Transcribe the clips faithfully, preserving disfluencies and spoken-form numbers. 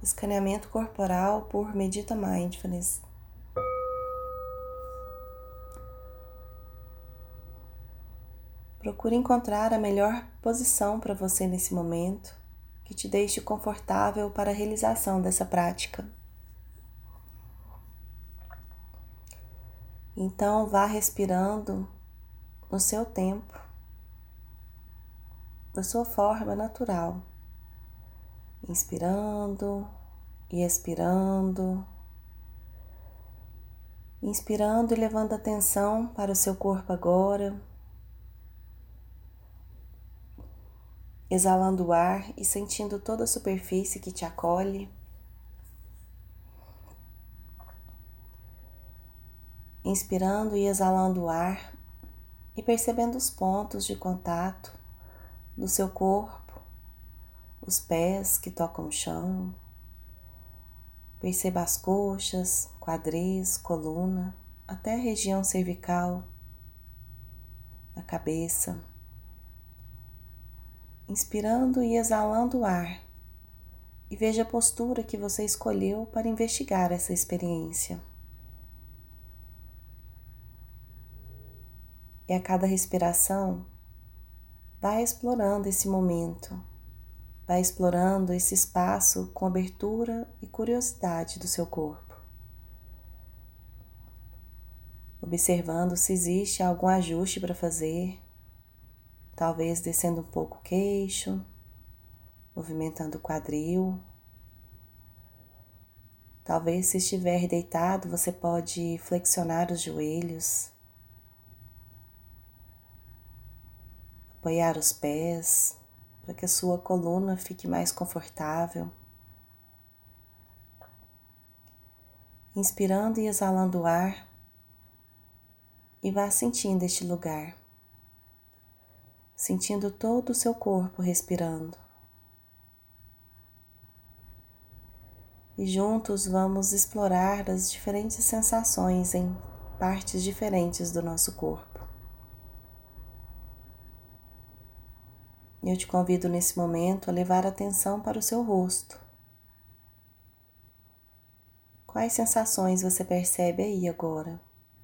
Escaneamento corporal por Medita Mindfulness. Procure encontrar a melhor posição para você nesse momento, que te deixe confortável para a realização dessa prática. Então, vá respirando no seu tempo, da sua forma natural, inspirando e expirando, inspirando e levando a atenção para o seu corpo agora, exalando o ar e sentindo toda a superfície que te acolhe. Inspirando e exalando o ar e percebendo os pontos de contato do seu corpo, os pés que tocam o chão. Perceba as coxas, quadris, coluna, até a região cervical, a cabeça. Inspirando e exalando o ar e veja a postura que você escolheu para investigar essa experiência. E a cada respiração, vai explorando esse momento, vai explorando esse espaço com abertura e curiosidade do seu corpo. Observando se existe algum ajuste para fazer, talvez descendo um pouco o queixo, movimentando o quadril. Talvez, se estiver deitado, você pode flexionar os joelhos, apoiar os pés, para que a sua coluna fique mais confortável. Inspirando e exalando o ar, e vá sentindo este lugar, sentindo todo o seu corpo respirando. E juntos vamos explorar as diferentes sensações em partes diferentes do nosso corpo. Eu te convido nesse momento a levar a atenção para o seu rosto. Quais sensações você percebe aí agora?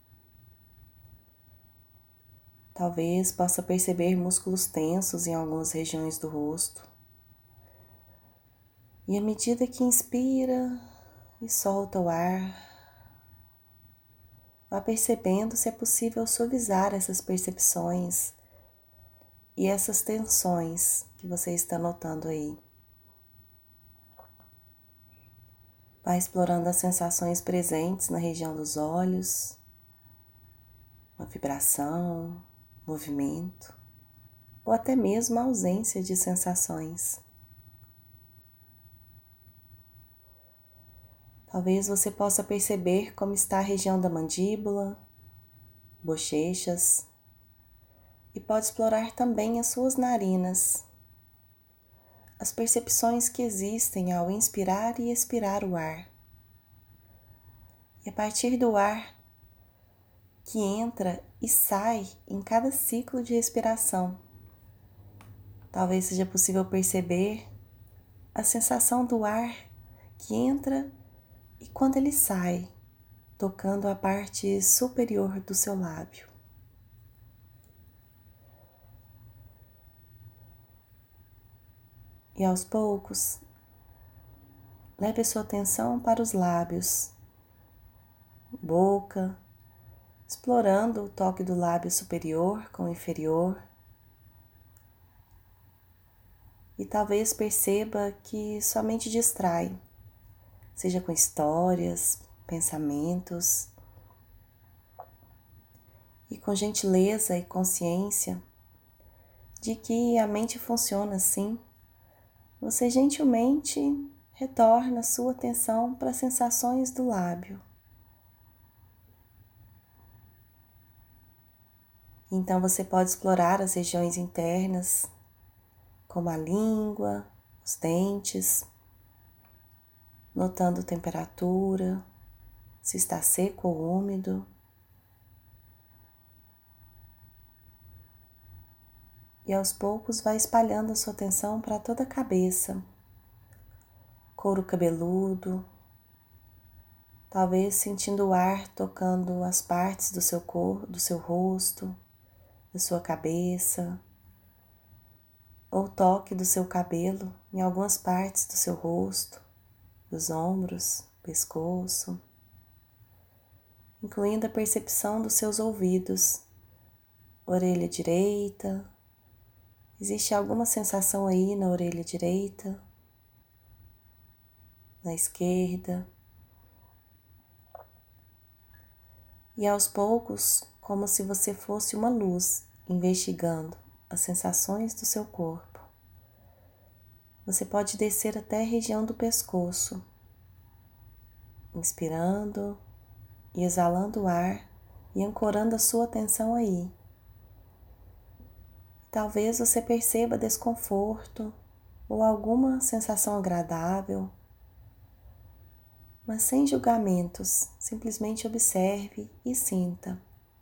Talvez possa perceber músculos tensos em algumas regiões do rosto. E à medida que inspira e solta o ar, vá percebendo se é possível suavizar essas percepções e essas tensões que você está notando aí. Vá explorando as sensações presentes na região dos olhos, uma vibração, movimento, ou até mesmo a ausência de sensações. Talvez você possa perceber como está a região da mandíbula, bochechas, e pode explorar também as suas narinas, as percepções que existem ao inspirar e expirar o ar. E a partir do ar que entra e sai em cada ciclo de respiração, talvez seja possível perceber a sensação do ar que entra e quando ele sai, tocando a parte superior do seu lábio. E aos poucos, leve a sua atenção para os lábios, boca, explorando o toque do lábio superior com o inferior. E talvez perceba que somente distrai, seja com histórias, pensamentos. E com gentileza e consciência de que a mente funciona assim, você gentilmente retorna sua atenção para as sensações do lábio. Então você pode explorar as regiões internas, como a língua, os dentes, notando temperatura, se está seco ou úmido. E aos poucos vai espalhando a sua atenção para toda a cabeça, couro cabeludo, talvez sentindo o ar tocando as partes do seu corpo, do seu rosto, da sua cabeça, ou o toque do seu cabelo em algumas partes do seu rosto, dos ombros, pescoço, incluindo a percepção dos seus ouvidos, orelha direita. Existe alguma sensação aí na orelha direita, na esquerda? E aos poucos, como se você fosse uma luz investigando as sensações do seu corpo, você pode descer até a região do pescoço, inspirando e exalando o ar e ancorando a sua atenção aí. Talvez você perceba desconforto ou alguma sensação agradável, mas sem julgamentos, simplesmente observe e sinta.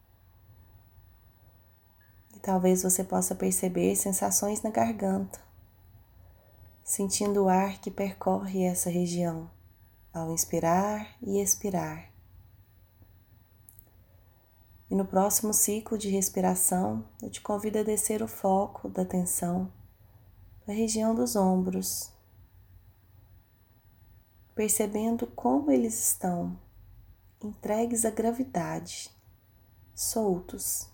E talvez você possa perceber sensações na garganta, sentindo o ar que percorre essa região ao inspirar e expirar. E no próximo ciclo de respiração, eu te convido a descer o foco da atenção para a região dos ombros, percebendo como eles estão entregues à gravidade, soltos.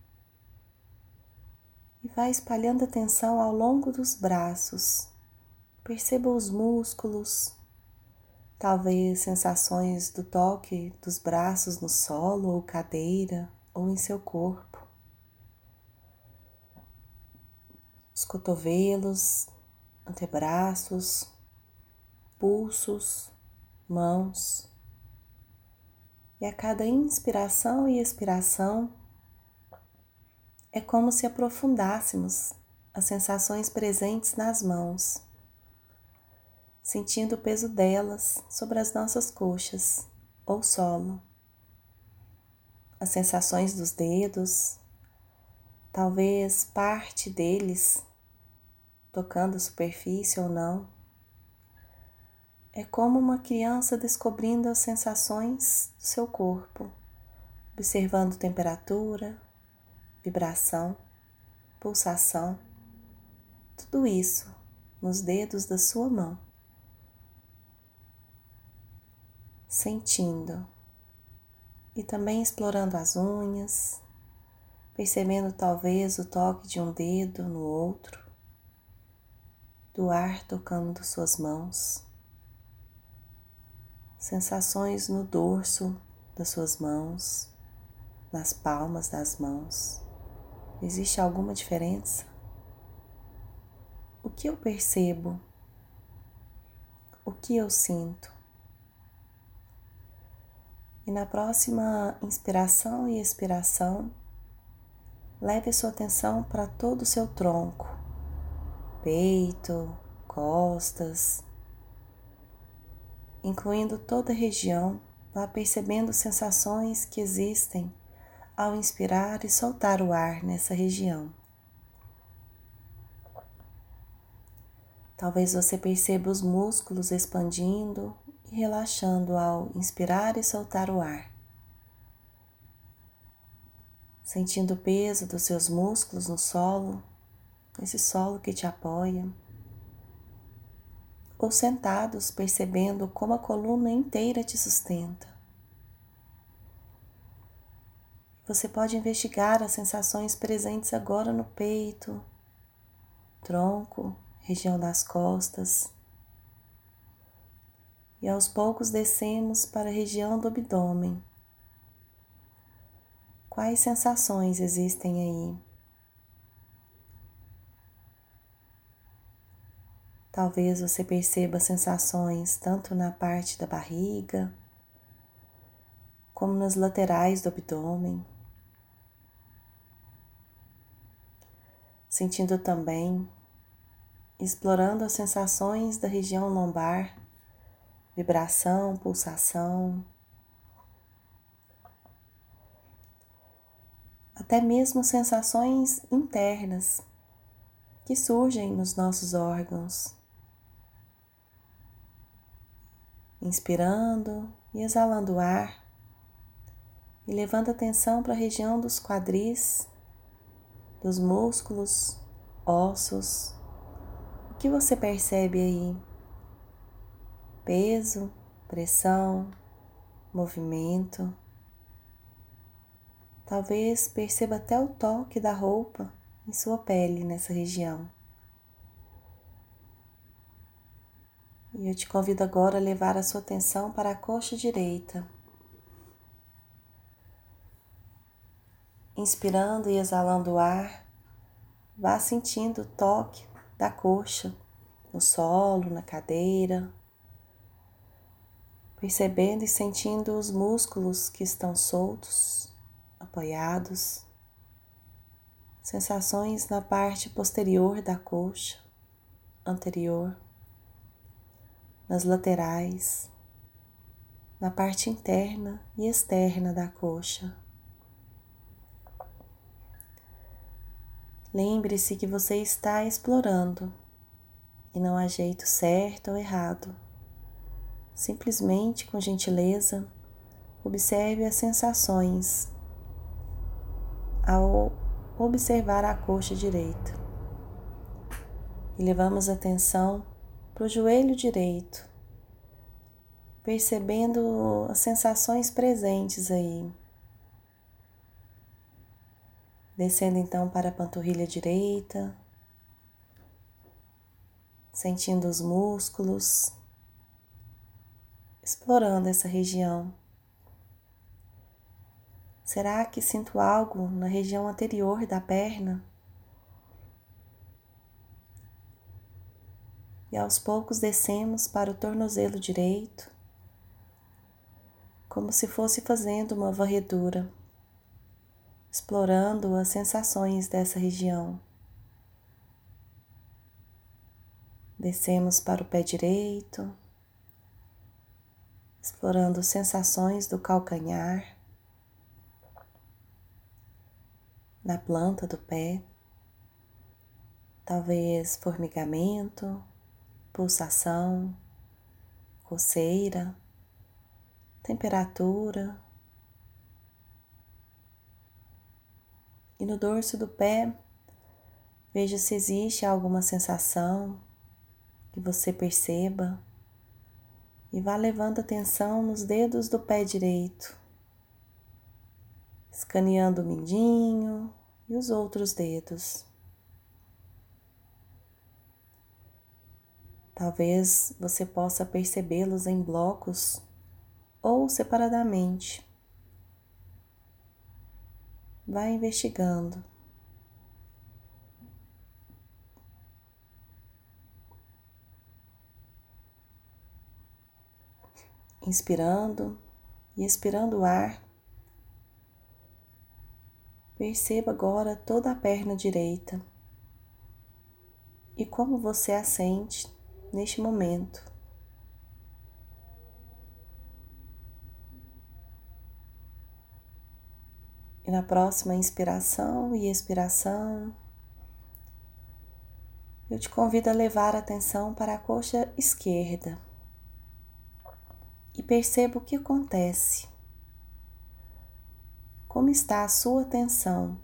E vai espalhando a atenção ao longo dos braços. Perceba os músculos, talvez sensações do toque dos braços no solo ou cadeira ou em seu corpo. Os cotovelos, antebraços, pulsos, mãos. E a cada inspiração e expiração é como se aprofundássemos as sensações presentes nas mãos, sentindo o peso delas sobre as nossas coxas ou solo. As sensações dos dedos, talvez parte deles tocando a superfície ou não. É como uma criança descobrindo as sensações do seu corpo, observando temperatura, vibração, pulsação, tudo isso nos dedos da sua mão. Sentindo e também explorando as unhas, percebendo talvez o toque de um dedo no outro, do ar tocando suas mãos, sensações no dorso das suas mãos, nas palmas das mãos. Existe alguma diferença? O que eu percebo? O que eu sinto? E na próxima inspiração e expiração, leve a sua atenção para todo o seu tronco, peito, costas, incluindo toda a região, vá percebendo sensações que existem ao inspirar e soltar o ar nessa região. Talvez você perceba os músculos expandindo e relaxando ao inspirar e soltar o ar. Sentindo o peso dos seus músculos no solo, esse solo que te apoia. Ou sentados, percebendo como a coluna inteira te sustenta. Você pode investigar as sensações presentes agora no peito, tronco, região das costas. E aos poucos descemos para a região do abdômen. Quais sensações existem aí? Talvez você perceba sensações tanto na parte da barriga, como nas laterais do abdômen. Sentindo também, explorando as sensações da região lombar, vibração, pulsação, até mesmo sensações internas que surgem nos nossos órgãos. inspirando e exalando o ar e levando a atenção para a região dos quadris, dos músculos, ossos. O que você percebe aí? Peso, pressão, movimento. Talvez perceba até o toque da roupa em sua pele nessa região. E eu te convido agora a levar a sua atenção para a coxa direita. Inspirando e exalando o ar, vá sentindo o toque da coxa no solo, na cadeira, percebendo e sentindo os músculos que estão soltos, apoiados, sensações na parte posterior da coxa, anterior, nas laterais, na parte interna e externa da coxa. Lembre-se que você está explorando e não há jeito certo ou errado. Simplesmente, com gentileza, observe as sensações ao observar a coxa direita. E levamos a atenção para o joelho direito, percebendo as sensações presentes aí. Descendo então para a panturrilha direita, sentindo os músculos, explorando essa região. Será que sinto algo na região anterior da perna? E aos poucos descemos para o tornozelo direito, como se fosse fazendo uma varredura, explorando as sensações dessa região. Descemos para o pé direito, explorando sensações do calcanhar, na planta do pé, talvez formigamento, pulsação, coceira, temperatura. E no dorso do pé, veja se existe alguma sensação que você perceba e vá levando atenção nos dedos do pé direito, escaneando o mindinho e os outros dedos. Talvez você possa percebê-los em blocos ou separadamente. Vá investigando. Inspirando e expirando o ar. Perceba agora toda a perna direita e como você a sente neste momento. E na próxima inspiração e expiração, eu te convido a levar a atenção para a coxa esquerda e perceba o que acontece. Como está a sua atenção?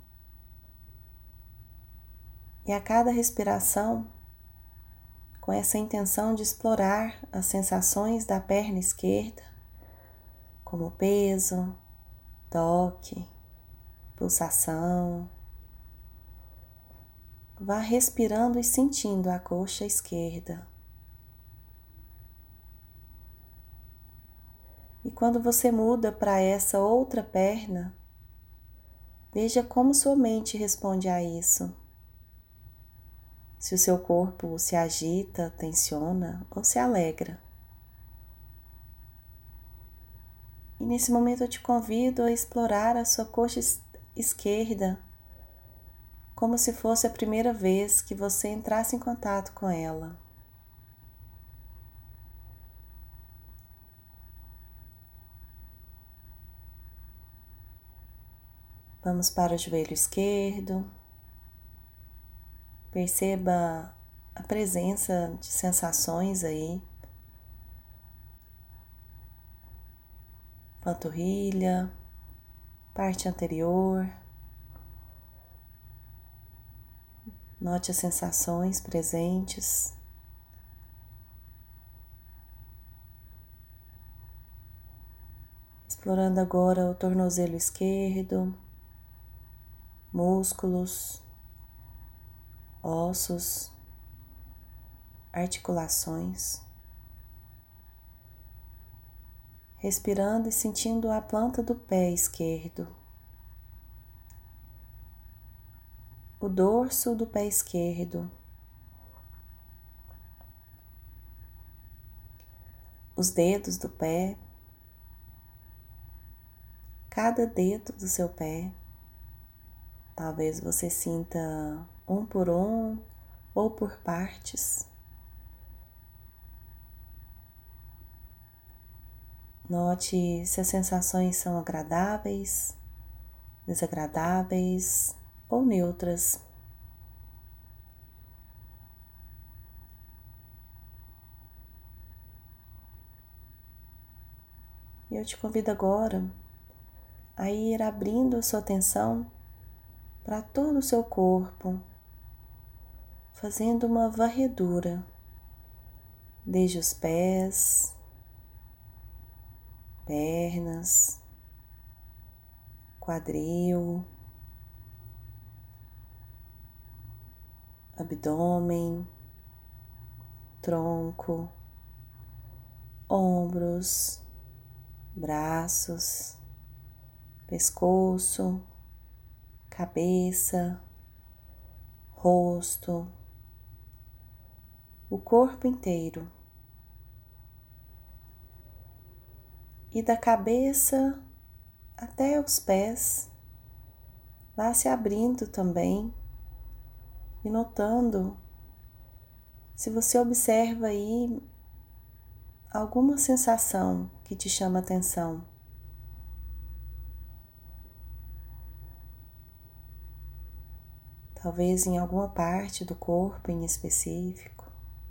E a cada respiração, com essa intenção de explorar as sensações da perna esquerda, como peso, toque, pulsação, vá respirando e sentindo a coxa esquerda. E quando você muda para essa outra perna, veja como sua mente responde a isso. Se o seu corpo se agita, tensiona ou se alegra. E nesse momento eu te convido a explorar a sua coxa esquerda como se fosse a primeira vez que você entrasse em contato com ela. Vamos para o joelho esquerdo. Perceba a presença de sensações aí. panturrilha, parte anterior. Note as sensações presentes. Explorando agora o tornozelo esquerdo, músculos, ossos, articulações. Respirando e sentindo a planta do pé esquerdo, o dorso do pé esquerdo, os dedos do pé, cada dedo do seu pé. Talvez você sinta um por um ou por partes. Note se as sensações são agradáveis, desagradáveis ou neutras. E eu te convido agora a ir abrindo a sua atenção para todo o seu corpo, fazendo uma varredura, desde os pés, pernas, quadril, abdômen, tronco, ombros, braços, pescoço, cabeça, rosto, o corpo inteiro. E da cabeça até os pés, vá se abrindo também e notando se você observa aí alguma sensação que te chama a atenção. Talvez em alguma parte do corpo em específico.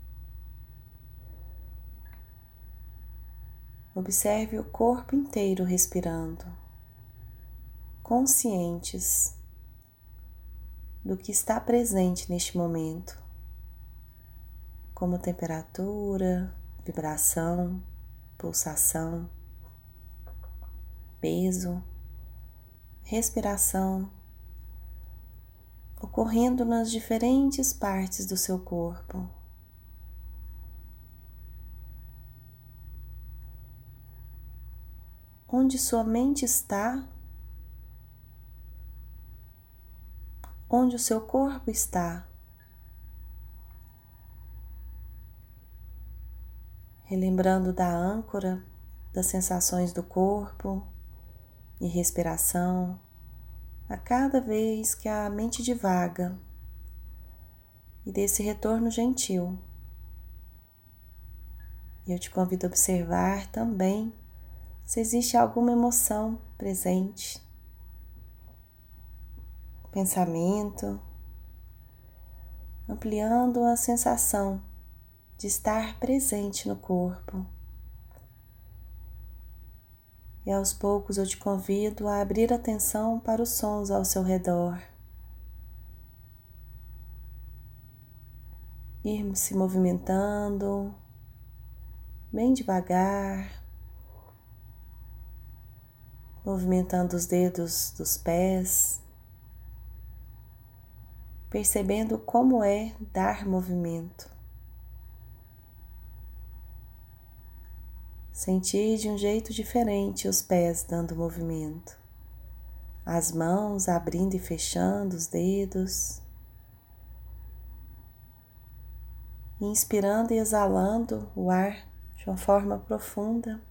Observe o corpo inteiro respirando, conscientes do que está presente neste momento, como temperatura, vibração, pulsação, peso, respiração, ocorrendo nas diferentes partes do seu corpo. Onde sua mente está, onde o seu corpo está. Relembrando da âncora, das sensações do corpo e respiração, a cada vez que a mente divaga, e desse retorno gentil. Eu te convido a observar também se existe alguma emoção presente, pensamento, ampliando a sensação de estar presente no corpo. E aos poucos eu te convido a abrir atenção para os sons ao seu redor. Ir se movimentando bem devagar, movimentando os dedos dos pés, percebendo como é dar movimento. Sentir de um jeito diferente os pés dando movimento, as mãos abrindo e fechando os dedos, inspirando e exalando o ar de uma forma profunda.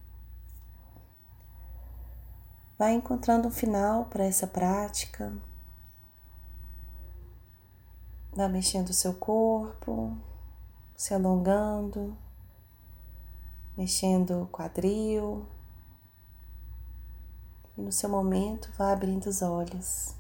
Vai encontrando um final para essa prática. Vá mexendo o seu corpo, se alongando, mexendo o quadril. E no seu momento, vá abrindo os olhos.